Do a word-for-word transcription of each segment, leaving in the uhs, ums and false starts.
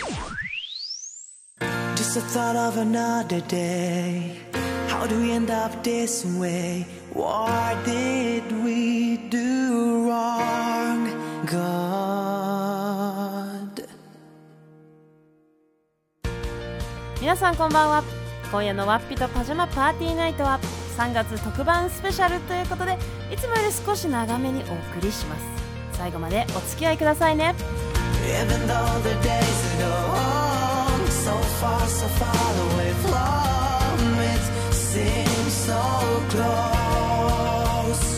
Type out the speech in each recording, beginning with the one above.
Just the thought of another day. How do we end up this way? What did we do wrong, God? 皆さんこんばんは。今夜のワッピとパジャマパーティーナイトはさんがつ特番スペシャルということで、いつもより少し長めにお送りします。最後までお付き合いくださいね。 Even though the days go on so far, so far away from it seems so close.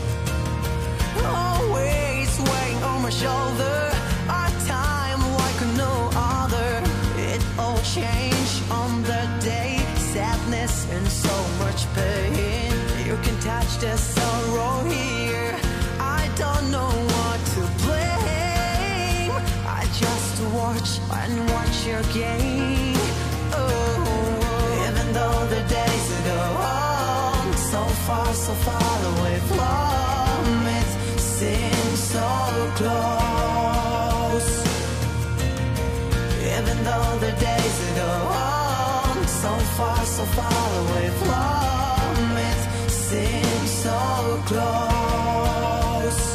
Always weighing on my shoulder, our time like no other. It all changed on the day, sadness and so much pain. You can touch the sorrow here. I don't know what to blame. I just watch and watch your game. Oh, even though the days go on so far, so far away from it seems so close. Even though the days go on so far, so far away from it seems so close.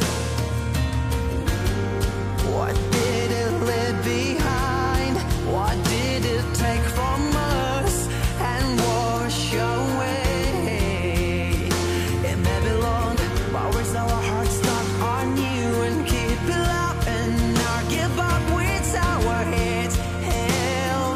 What did it leave behind? What did it take from us and wash away? It may be long, but where's our hearts stuck on you and keep it up and not give up with our heads held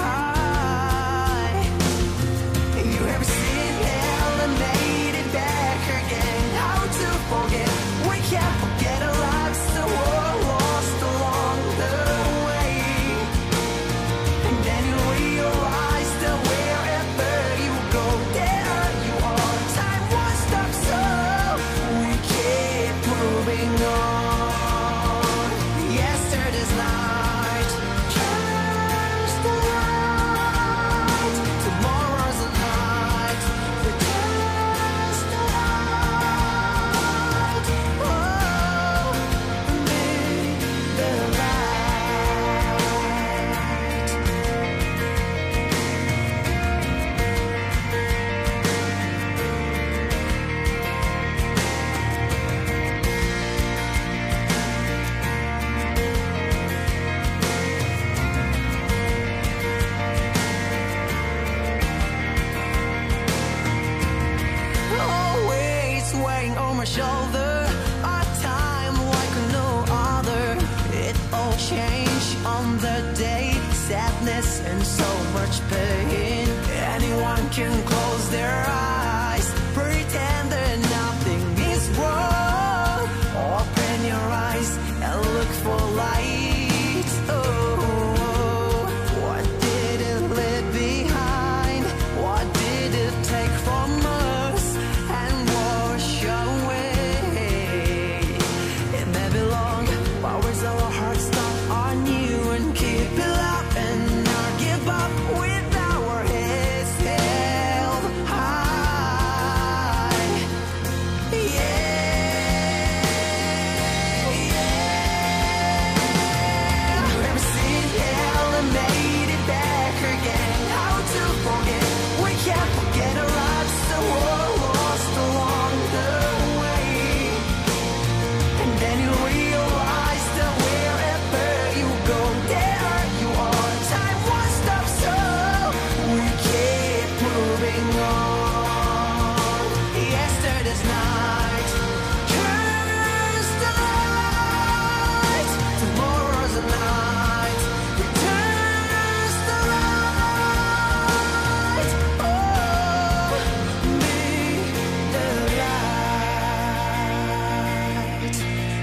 high. You ever seen hell and made it back again? How to forget? We can't forget our lives, so we're lost along the way. And then you realize that wherever you go, there you are. Time won't stop, so we keep moving on. Yesterday's night turns to light. Tomorrow's the night returns to light. Oh, be the light. Always weighing on my shoulder, our time like no other. It all changed on the day, sadness and so much pain. Anyone can close their eyes, pretend that nothing is wrong. Open your eyes and look for light. Oh, what did it leave behind? What did it take from us and wash away? It may be long, but where's our hearts stuck on you and keep it up and not give up with our heads held high. Yeah, yeah. You ever seen hell and made it back again? How to forget? We can't forget our lives, so we're lost along the way. And then you realize that wherever you go, there you are. Time won't stop, so we keep moving on. Yesterday's night turns to light. Tomorrow's the night returns to light. Oh, be the light.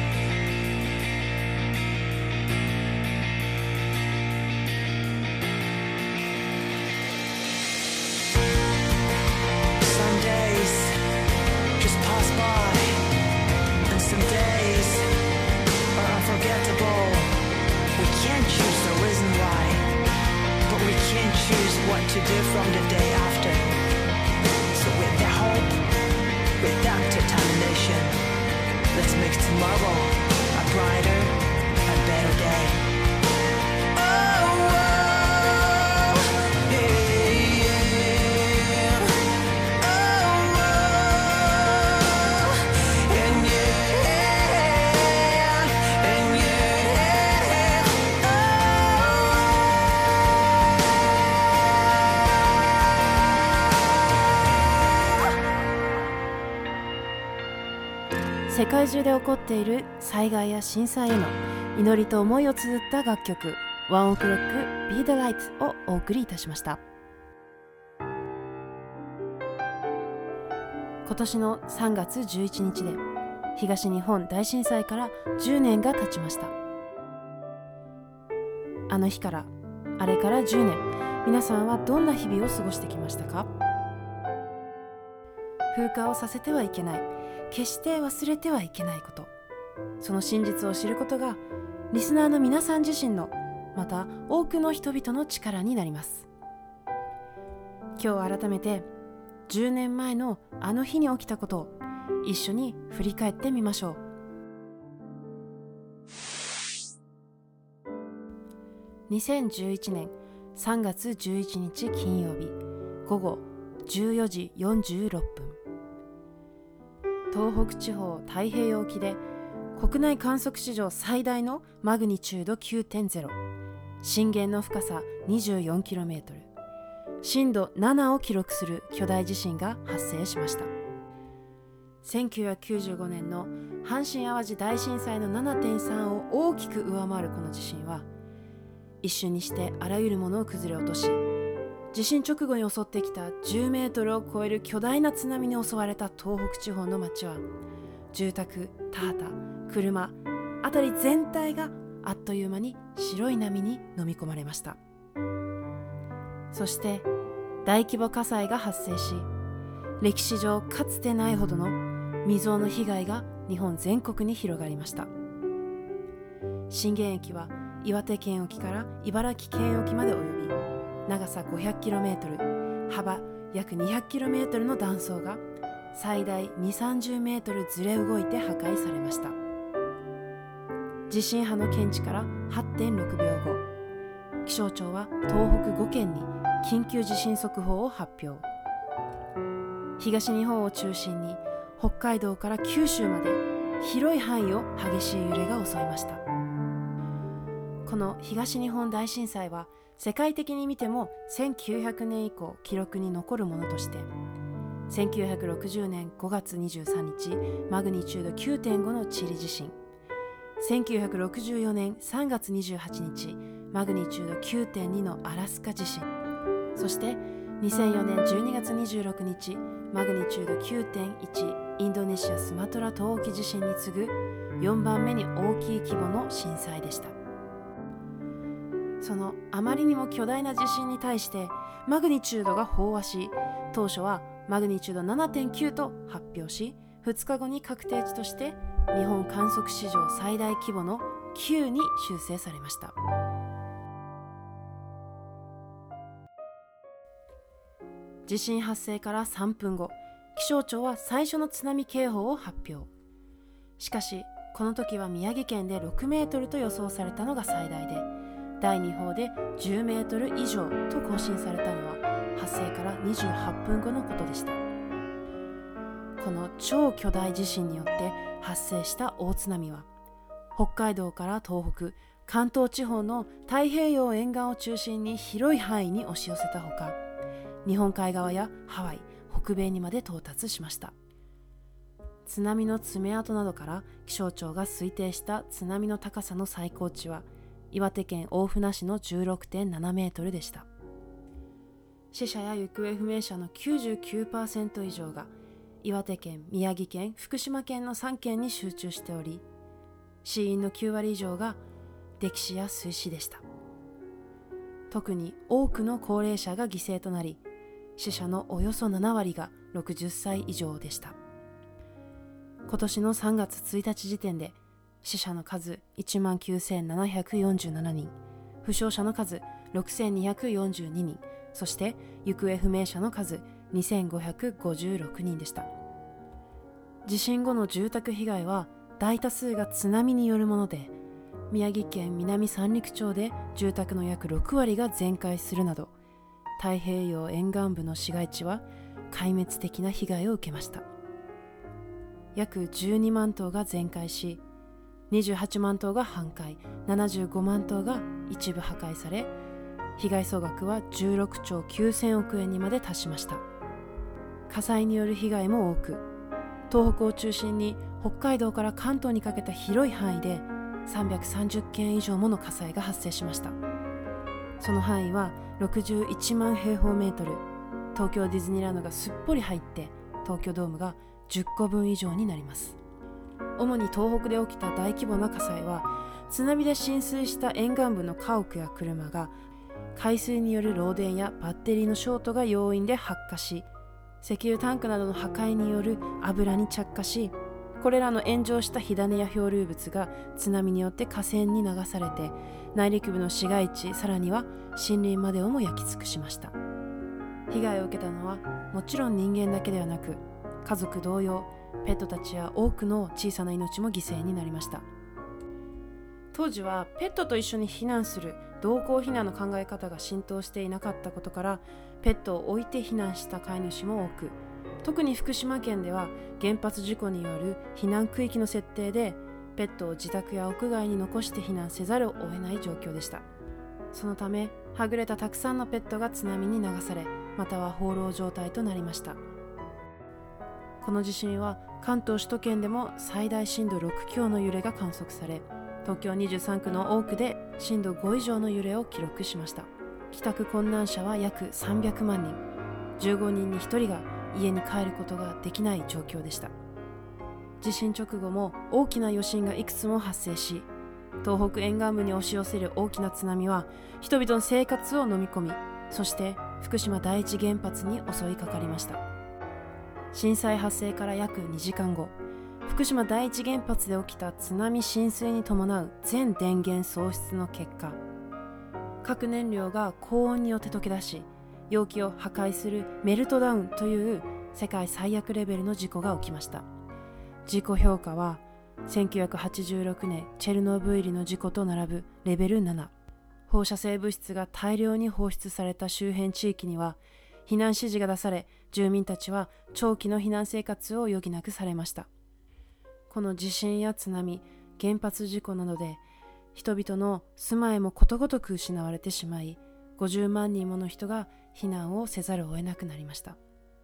Some days just pass by, and some days are unforgettable. We can't choose the reason why, but we can choose what to do from the day after. So with the hope, without determination, let's make tomorrow a brighter and better day. Oh, 世界中で起こっている災害や震災への祈りと思いを綴った楽曲 One O'Clock Be the Light をお送りいたしました。今年のさんがつじゅういちにちで東日本大震災からじゅうねんが経ちました。あの日からあれからじゅうねん、皆さんはどんな日々を過ごしてきましたか？風化をさせてはいけない、決して忘れてはいけないこと、その真実を知ることがリスナーの皆さん自身の、また多くの人々の力になります。今日改めてじゅうねんまえのあの日に起きたことを一緒に振り返ってみましょう。にせんじゅういちねんさんがつじゅういちにち金曜日ごごじゅうよじよんじゅうろっぷん、東北地方太平洋沖で国内観測史上最大のマグニチュード きゅうてんゼロ、 震源の深さ にじゅうよんキロメートル、 震度ななを記録する巨大地震が発生しました。せんきゅうひゃくきゅうじゅうごねんの阪神・淡路大震災の ななてんさん を大きく上回るこの地震は、一瞬にしてあらゆるものを崩れ落とし、地震直後に襲ってきたじゅうメートルを超える巨大な津波に襲われた東北地方の町は、住宅、田畑、車、辺り全体があっという間に白い波に飲み込まれました。そして大規模火災が発生し、歴史上かつてないほどの未曾有の被害が日本全国に広がりました。震源域は岩手県沖から茨城県沖まで及び、長さ ごひゃくキロメートル、幅約 にひゃくキロメートルの断層が最大にじゅう、さんじゅうメートルずれ動いて破壊されました。地震波の検知から はってんろくびょうご、気象庁は東北ごけんに緊急地震速報を発表。東日本を中心に北海道から九州まで広い範囲を激しい揺れが襲いました。この東日本大震災は世界的に見てもせんきゅうひゃくねん以降記録に残るものとして、せんきゅうひゃくろくじゅうねんごがつにじゅうさんにちマグニチュード きゅうてんご のチリ地震、せんきゅうひゃくろくじゅうよねんさんがつにじゅうはちにちマグニチュード きゅうてんに のアラスカ地震、そしてにせんよねんじゅうにがつにじゅうろくにちマグニチュード きゅうてんいち インドネシアスマトラ島沖地震に次ぐよんばんめに大きい規模の震災でした。そのあまりにも巨大な地震に対してマグニチュードが飽和し、当初はマグニチュード ななてんきゅう と発表し、ふつかごに確定値として日本観測史上最大規模のきゅうに修正されました。地震発生からさんぷんご、気象庁は最初の津波警報を発表。しかしこの時は宮城県でろくメートルと予想されたのが最大で、だいに報でじゅうメートル以上と更新されたのは発生からにじゅうはっぷんごのことでした。この超巨大地震によって発生した大津波は、北海道から東北、関東地方の太平洋沿岸を中心に広い範囲に押し寄せたほか、日本海側やハワイ、北米にまで到達しました。津波の爪痕などから気象庁が推定した津波の高さの最高値は岩手県大船市の じゅうろくてんななメートルでした。死者や行方不明者の きゅうじゅうきゅうパーセント 以上が岩手県、宮城県、福島県のさんけんに集中しており、死因のきゅうわり以上が溺死や水死でした。特に多くの高齢者が犠牲となり、死者のおよそななわりがろくじゅっさい以上でした。今年のさんがつついたち時点で死者の数 いちまんきゅうせんななひゃくよんじゅうななにん、負傷者の数ろくせんにひゃくよんじゅうににん、そして行方不明者の数にせんごひゃくごじゅうろくにんでした。地震後の住宅被害は大多数が津波によるもので、宮城県南三陸町で住宅の約ろくわりが全壊するなど、太平洋沿岸部の市街地は壊滅的な被害を受けました。約じゅうにまんとうが全壊し、にじゅうはちまんとうが半壊、ななじゅうごまんとうが一部破壊され、被害総額はじゅうろくちょうきゅうせんおくえんにまで達しました。火災による被害も多く、 東北を中心に北海道から関東にかけた広い範囲でさんびゃくさんじゅっけん以上もの火災が発生しました。その範囲はろくじゅういちまんへいほうメートル、東京ディズニーランドがすっぽり入って東京ドームがじゅっこぶん以上になります。主に東北で起きた大規模な火災は、津波で浸水した沿岸部の家屋や車が海水による漏電やバッテリーのショートが要因で発火し、石油タンクなどの破壊による油に着火し、これらの炎上した火種や漂流物が津波によって河川に流されて、内陸部の市街地、さらには森林までをも焼き尽くしました。被害を受けたのはもちろん人間だけではなく、家族同様、ペットたちや多くの小さな命も犠牲になりました。当時はペットと一緒に避難する同行避難の考え方が浸透していなかったことから、ペットを置いて避難した飼い主も多く、特に福島県では原発事故による避難区域の設定でペットを自宅や屋外に残して避難せざるを得ない状況でした。そのためはぐれたたくさんのペットが津波に流され、または放浪状態となりました。この地震は関東首都圏でも最大震度ろくきょうの揺れが観測され、東京にじゅうさんくの多くで震度ご以上の揺れを記録しました。帰宅困難者は約さんびゃくまんにん、じゅうごにんにひとりが家に帰ることができない状況でした。地震直後も大きな余震がいくつも発生し、東北沿岸部に押し寄せる大きな津波は人々の生活を飲み込み、そして福島第一原発に襲いかかりました。震災発生から約にじかんご、福島第一原発で起きた津波浸水に伴う全電源喪失の結果、核燃料が高温によって溶け出し、容器を破壊するメルトダウンという世界最悪レベルの事故が起きました。事故評価はせんきゅうひゃくはちじゅうろくねんチェルノブイリの事故と並ぶレベルなな。放射性物質が大量に放出された周辺地域には避難指示が出され、住民たちは長期の避難生活を余儀なくされました。この地震や津波、原発事故などで人々の住まいもことごとく失われてしまい、ごじゅうまんにんもの人が避難をせざるを得なくなりました。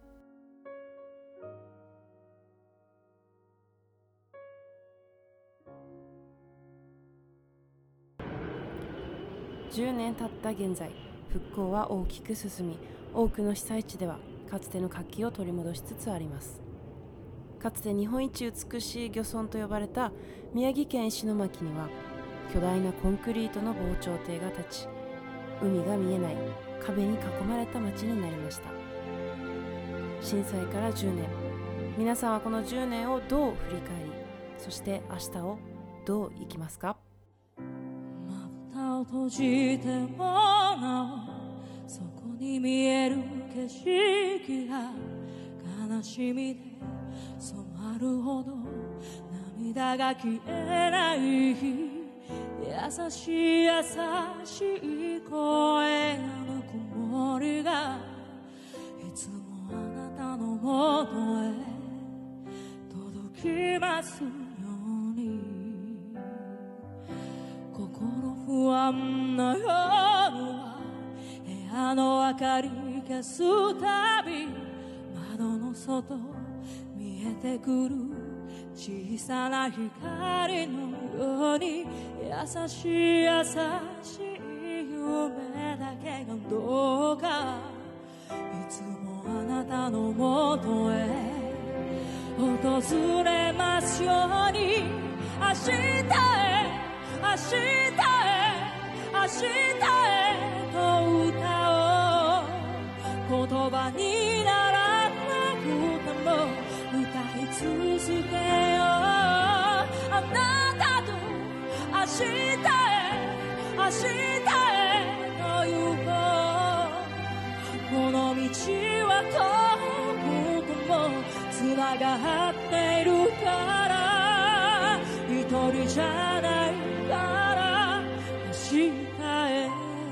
じゅうねん経った現在、復興は大きく進み、多くの被災地ではかつての活気を取り戻しつつあります。かつて日本一美しい漁村と呼ばれた宮城県石巻には巨大なコンクリートの防潮堤が立ち、海が見えない壁に囲まれた町になりました。震災からじゅうねん、皆さんはこのじゅうねんをどう振り返り、そして明日をどう生きますか？ まぶたを閉じてもなおそこに見える景色が悲しみで染まるほど涙が消えない、優しい優しい声の曇りがいつもあなたのもとへ届きますように。心不安な夜は部屋の明かり消すたび、窓の外見えてくる小さな光のように、優しい優しい夢だけがどうかいつもあなたのもとへ訪れますように。明日へ明日へ明日へと歌おう、言葉にならなくても歌い続けよう。あなたと明日へ明日へと行こう、この道は遠くともつながっているから、一人じゃないから明日へ。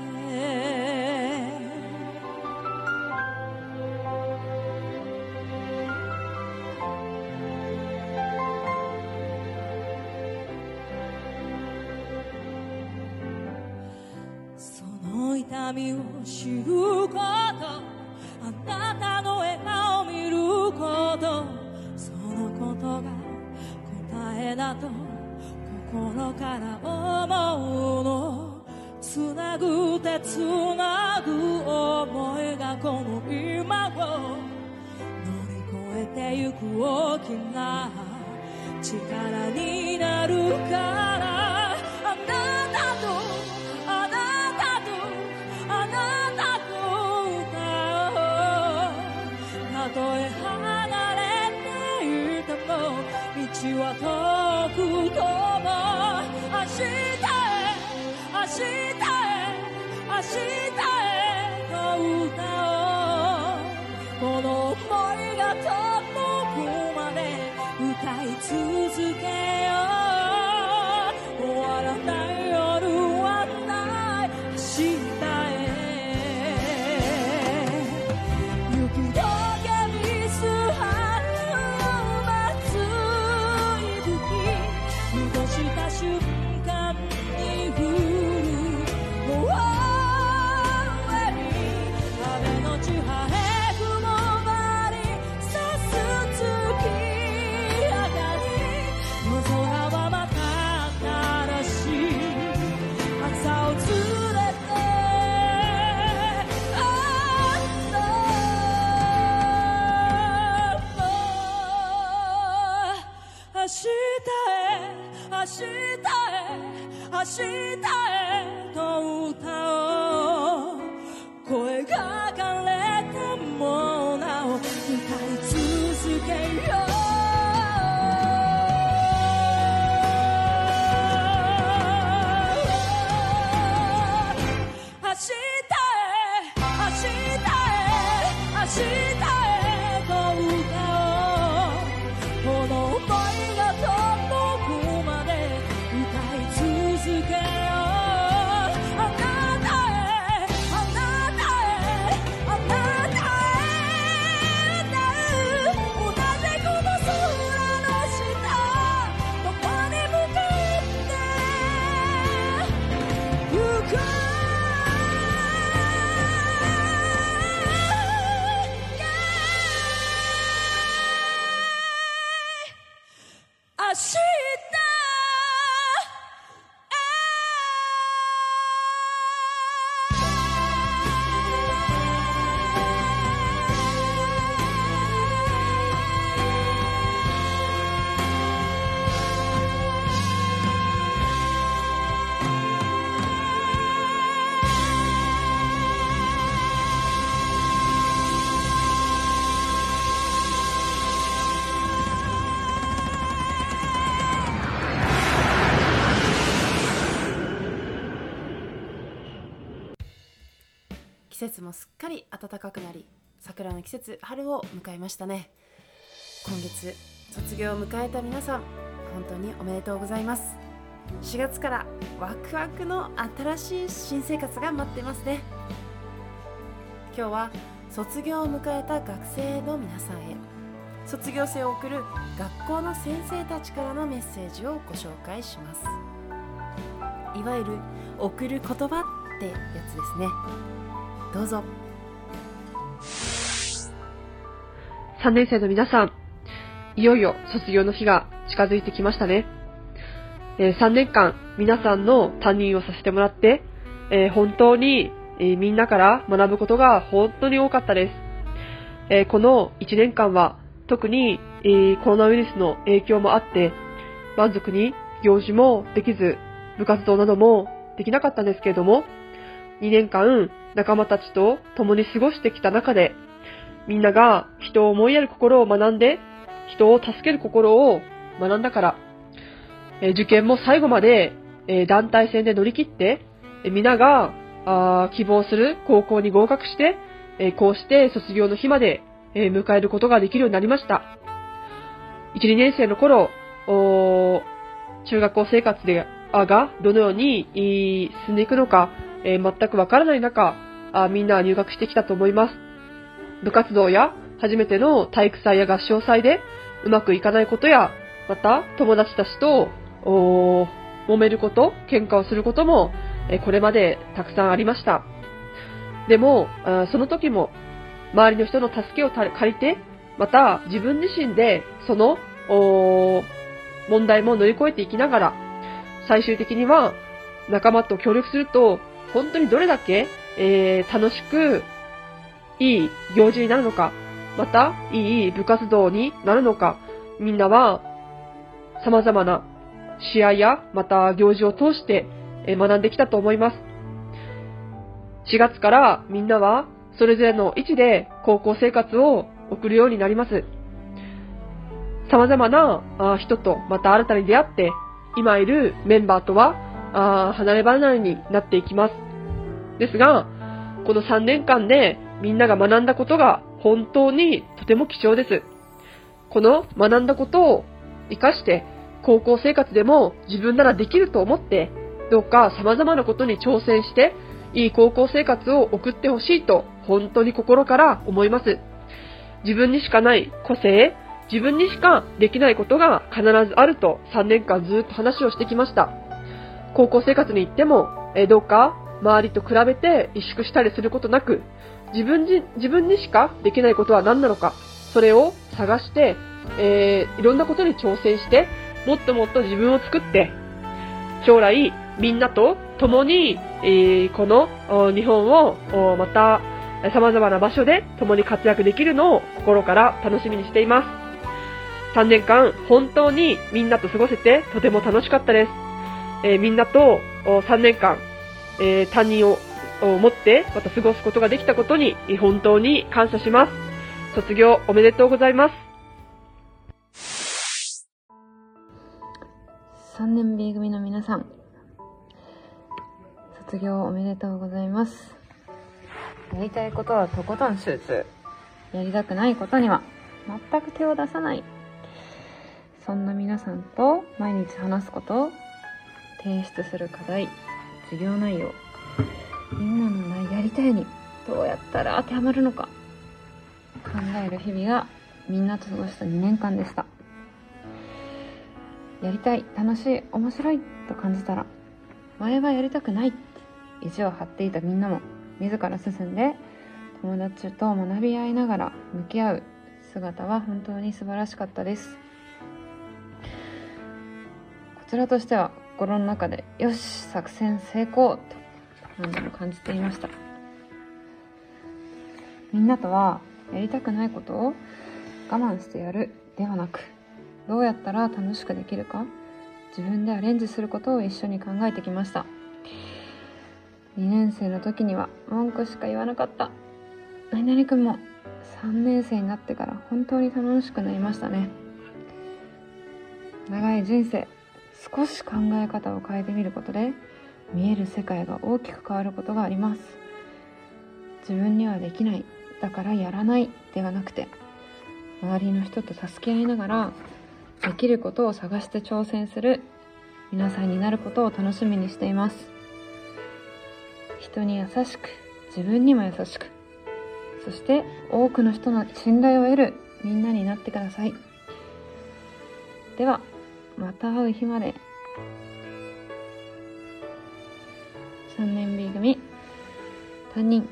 痛みを知ること、あなたの笑顔を見ること、そのだと心から思うの、つなぐてつなぐ思いがこの今を乗り越えてゆく大きな力になるから、あなたとあなたとあなたと歌おう。たとえ離れていても道は遠くとも、明日へ明日へ明日へと歌おう。この想いが届くまで歌い続けよう。終わらない夜はない明日へ。雪解け水張る松いぶき、戻した瞬間に降るもう上に雨のち晴れ雲張りさす月明かり、夜空はまた新しい朝を連れて、明日へ明日へ明日へと歌おう。声が枯れてもなお歌い続けよう。明日へ明日へ明日へと歌おう。この想いが届くまで歌い続けよう。あなたへあなたへあなたへなう。同じこの空の下、どこに向かって行く。明日季節もすっかり暖かくなり、桜の季節、春を迎えましたね。今月卒業を迎えた皆さん、本当におめでとうございます。しがつからワクワクの新しい新生活が待っていますね。今日は卒業を迎えた学生の皆さんへ、卒業生を送る学校の先生たちからのメッセージをご紹介します。いわゆる送る言葉ってやつですね。どうぞ。 さんねん生の皆さん、いよいよ卒業の日が近づいてきましたね。えー、さんねんかん皆さんの担任をさせてもらって、えー、本当に、えー、みんなから学ぶことが本当に多かったです。えー、このいちねんかんは特に、えー、コロナウイルスの影響もあって満足に行事もできず、部活動などもできなかったんですけれども、にねんかん仲間たちと共に過ごしてきた中で、みんなが人を思いやる心を学んで、人を助ける心を学んだから、えー、受験も最後まで、えー、団体戦で乗り切って、えー、みんながあ希望する高校に合格して、えー、こうして卒業の日まで、えー、迎えることができるようになりました。いち、にねん生の頃、中学校生活であがどのように進んでいくのか、えー、全くわからない中、あみんな入学してきたと思います。部活動や初めての体育祭や合唱祭でうまくいかないことや、また友達たちと揉めること、喧嘩をすることも、えー、これまでたくさんありました。でもあその時も周りの人の助けを借りて、また自分自身でその問題も乗り越えていきながら、最終的には仲間と協力すると、本当にどれだけ、えー、楽しくいい行事になるのか、またいい部活動になるのか、みんなは様々な試合やまた行事を通して学んできたと思います。しがつからみんなはそれぞれの位置で高校生活を送るようになります。様々な人とまた新たに出会って、今いるメンバーとは離れ離れになっていきます。ですが、このさんねんかんでみんなが学んだことが本当にとても貴重です。この学んだことを活かして高校生活でも自分ならできると思って、どうか様々なことに挑戦していい高校生活を送ってほしいと本当に心から思います。自分にしかない個性、自分にしかできないことが必ずあるとさんねんかんずっと話をしてきました。高校生活に行っても、えどうか周りと比べて萎縮したりすることなく、自分に、自分にしかできないことは何なのか、それを探して、えー、いろんなことに挑戦して、もっともっと自分を作って、将来みんなと共に、えー、この日本をまた様々な場所で共に活躍できるのを心から楽しみにしています。さんねんかん本当にみんなと過ごせてとても楽しかったです。えー、みんなとさんねんかん、えー、担任を持ってまた過ごすことができたことに本当に感謝します。卒業おめでとうございます。 さんねん B 組の皆さん、卒業おめでとうございます。やりたいことはとことん集中、やりたくないことには全く手を出さない、そんな皆さんと毎日話すこと、提出する課題、授業内容、みんなのやりたいにどうやったら当てはまるのか考える日々がみんなと過ごしたにねんかんでした。やりたい、楽しい、面白いと感じたら、前はやりたくないって意地を張っていたみんなも自ら進んで友達と学び合いながら向き合う姿は本当に素晴らしかったです。こちらとしては心の中でよし作戦成功と何度も感じていました。みんなとはやりたくないことを我慢してやるではなく、どうやったら楽しくできるか自分でアレンジすることを一緒に考えてきました。にねん生の時には文句しか言わなかった。何々くんもさんねん生になってから本当に楽しくなりましたね。長い人生、少し考え方を変えてみることで見える世界が大きく変わることがあります。自分にはできない、だからやらないではなくて、周りの人と助け合いながらできることを探して挑戦する皆さんになることを楽しみにしています。人に優しく、自分にも優しく、そして多くの人の信頼を得るみんなになってください。ではまた会う日まで。さんねん B 組担任。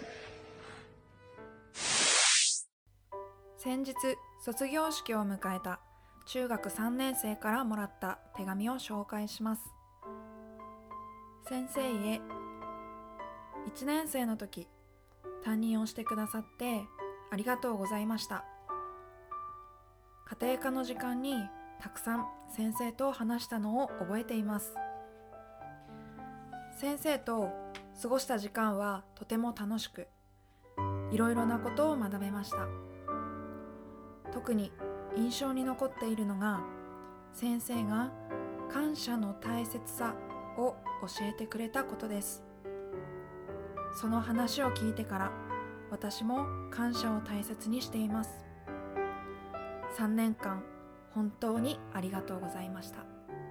先日卒業式を迎えた中学さんねん生からもらった手紙を紹介します。先生へ、いちねん生の時担任をしてくださってありがとうございました。家庭科の時間にたくさん先生と話したのを覚えています。先生と過ごした時間はとても楽しく、いろいろなことを学べました。特に印象に残っているのが、先生が感謝の大切さを教えてくれたことです。その話を聞いてから私も感謝を大切にしています。さんねんかん本当にありがとうございました。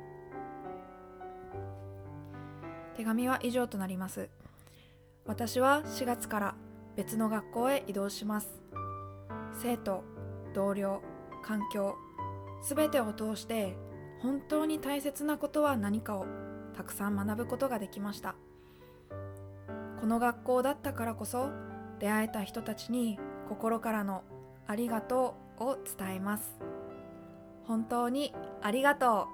手紙は以上となります。私はしがつから別の学校へ移動します。生徒、同僚、環境、すべてを通して本当に大切なことは何かをたくさん学ぶことができました。この学校だったからこそ出会えた人たちに心からのありがとうを伝えます。本当にありがと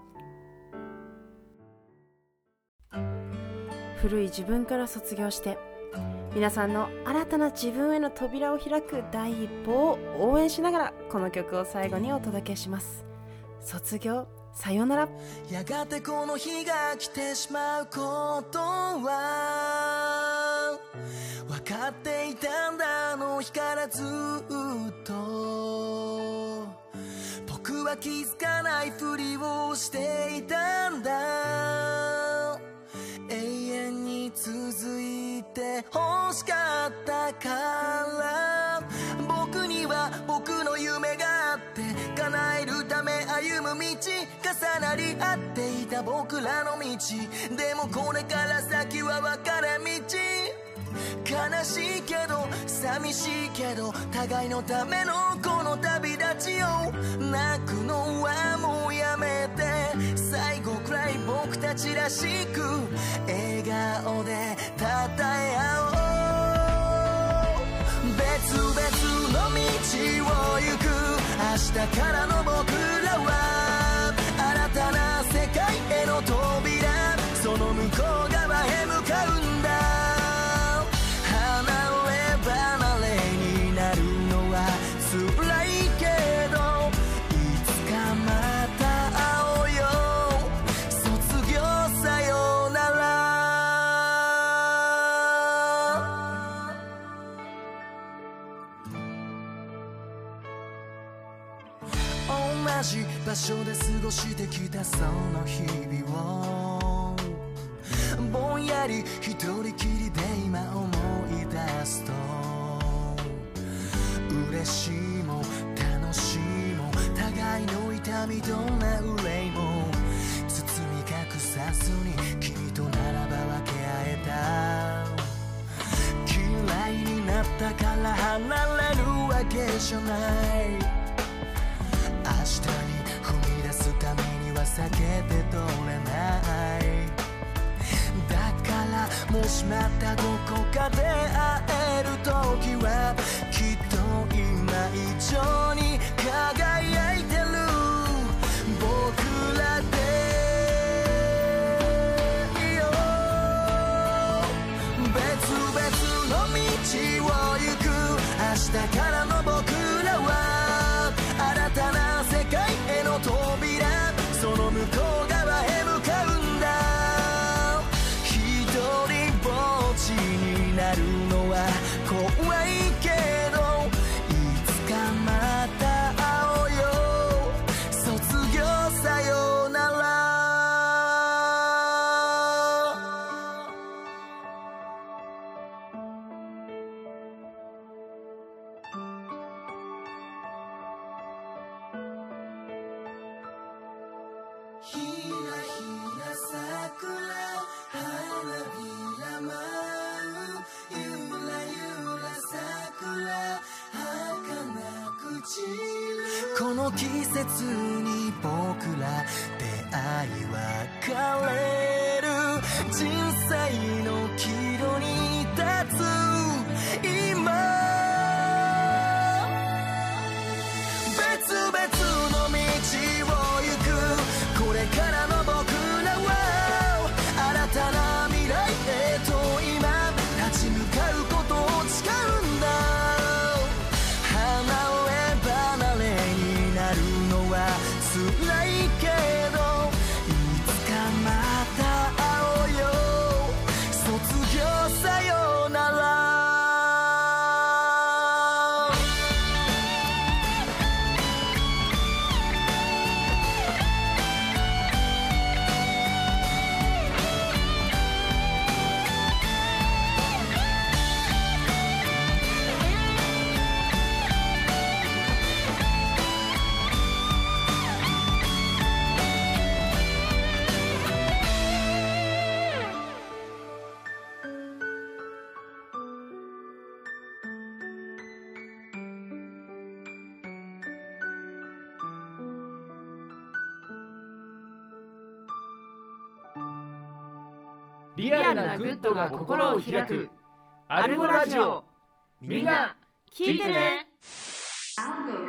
古い自分から卒業して皆さんの新たな自分への扉を開く第一歩を応援しながらこの曲を最後にお届けします。卒業さよなら。 やがてこの日が来てしまうことは分かっていたんだ、あの日からずっと。僕は気づかないふりをしていたんだ、永遠に続いて欲しかったから。僕には僕の夢があって叶えるため歩む道、重なり合っていた僕らの道。でもこれから先は分かれ道。悲しいけど寂しいけど互いのためのこの旅立ちを、泣くのはもうやめて最後くらい僕たちらしく笑顔でたたえ合おう。別々の道を行く明日からの僕らは新たな世界への扉、その向こう側へ向かうんだ。離れになるのは辛いけどいつかまた会おうよ、卒業さよなら。同じ場所で過ごしてきたその日々をぼんやり一人きりで今思い出すと、嬉しいも楽しいも互いの痛みどんな憂いも包み隠さずに君とならば分け合えた。嫌いになったから離れるわけじゃない、明日に踏み出すためには避けて通れない。だからもしまたどこかで会える時はきっと今以上に輝いてる僕らでいいよ。別々の道を行く明日からの僕らは新たな世界への扉、その向こう側へ向かうんだ。一人ぼっちになるのは怖いけどいつかまた会おうよ、卒業さよなら。ひらひら桜花びら舞うゆらゆら桜儚く散る。この季節に僕ら出会い別れる人生の岐路に立つ今、別々の道を行くこれからの僕らは新たな未来へと今立ち向かうことを誓うんだ。離れ離れになるのは辛いけどいつかまた会おうよ、卒業さよなら。 リアルなグッドが心を開くアルゴラジオ、みんな聞いてね。 アルゴ